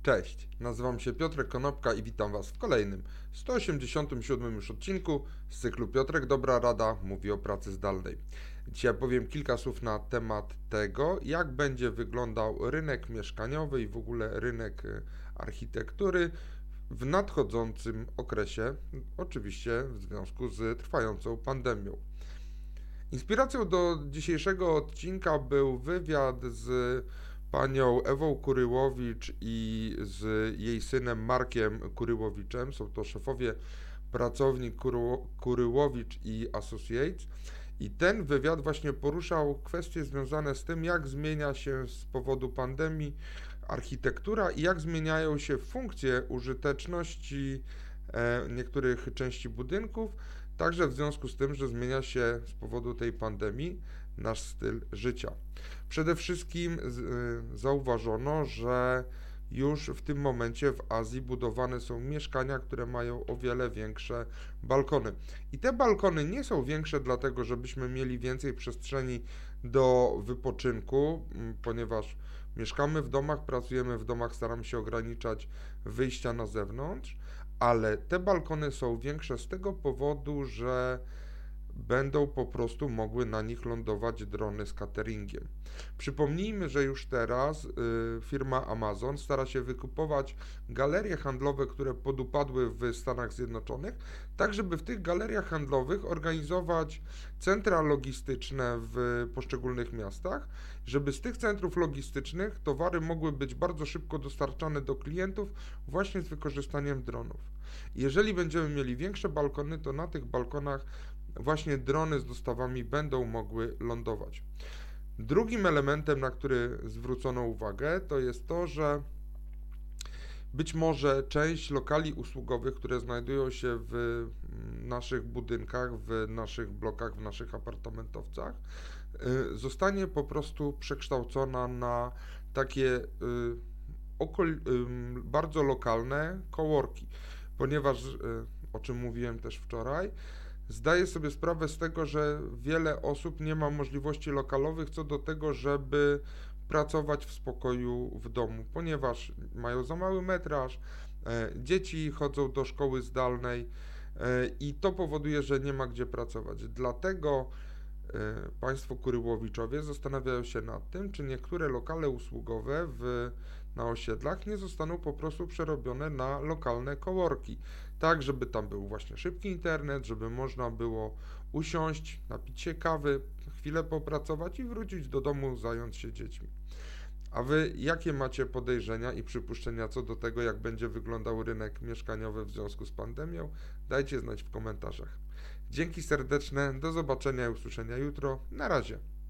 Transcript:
Cześć, nazywam się Piotrek Konopka i witam Was w kolejnym 187 już odcinku z cyklu Piotrek Dobra Rada mówi o pracy zdalnej. Dzisiaj powiem kilka słów na temat tego, jak będzie wyglądał rynek mieszkaniowy i w ogóle rynek architektury w nadchodzącym okresie, oczywiście w związku z trwającą pandemią. Inspiracją do dzisiejszego odcinka był wywiad z panią Ewą Kuryłowicz i z jej synem Markiem Kuryłowiczem. Są to szefowie pracowni Kuryłowicz i Associates. I ten wywiad właśnie poruszał kwestie związane z tym, jak zmienia się z powodu pandemii architektura i jak zmieniają się funkcje użyteczności niektórych części budynków, także w związku z tym, że zmienia się z powodu tej pandemii nasz styl życia. Przede wszystkim zauważono, że już w tym momencie w Azji budowane są mieszkania, które mają o wiele większe balkony. I te balkony nie są większe dlatego, żebyśmy mieli więcej przestrzeni do wypoczynku, ponieważ mieszkamy w domach, pracujemy w domach, staramy się ograniczać wyjścia na zewnątrz, ale te balkony są większe z tego powodu, że będą po prostu mogły na nich lądować drony z cateringiem. Przypomnijmy, że już teraz firma Amazon stara się wykupować galerie handlowe, które podupadły w Stanach Zjednoczonych, tak żeby w tych galeriach handlowych organizować centra logistyczne w poszczególnych miastach, żeby z tych centrów logistycznych towary mogły być bardzo szybko dostarczane do klientów właśnie z wykorzystaniem dronów. Jeżeli będziemy mieli większe balkony, to na tych balkonach właśnie drony z dostawami będą mogły lądować. Drugim elementem, na który zwrócono uwagę, to jest to, że być może część lokali usługowych, które znajdują się w naszych budynkach, w naszych blokach, w naszych apartamentowcach, zostanie po prostu przekształcona na takie bardzo lokalne coworki, ponieważ, o czym mówiłem też wczoraj, zdaję sobie sprawę z tego, że wiele osób nie ma możliwości lokalowych co do tego, żeby pracować w spokoju w domu, ponieważ mają za mały metraż, dzieci chodzą do szkoły zdalnej i to powoduje, że nie ma gdzie pracować. Dlatego państwo Kuryłowiczowie zastanawiają się nad tym, czy niektóre lokale usługowe na osiedlach nie zostaną po prostu przerobione na lokalne coworki, tak żeby tam był właśnie szybki internet, żeby można było usiąść, napić się kawy, chwilę popracować i wrócić do domu, zająć się dziećmi. A Wy jakie macie podejrzenia i przypuszczenia co do tego, jak będzie wyglądał rynek mieszkaniowy w związku z pandemią? Dajcie znać w komentarzach. Dzięki serdeczne, do zobaczenia i usłyszenia jutro. Na razie.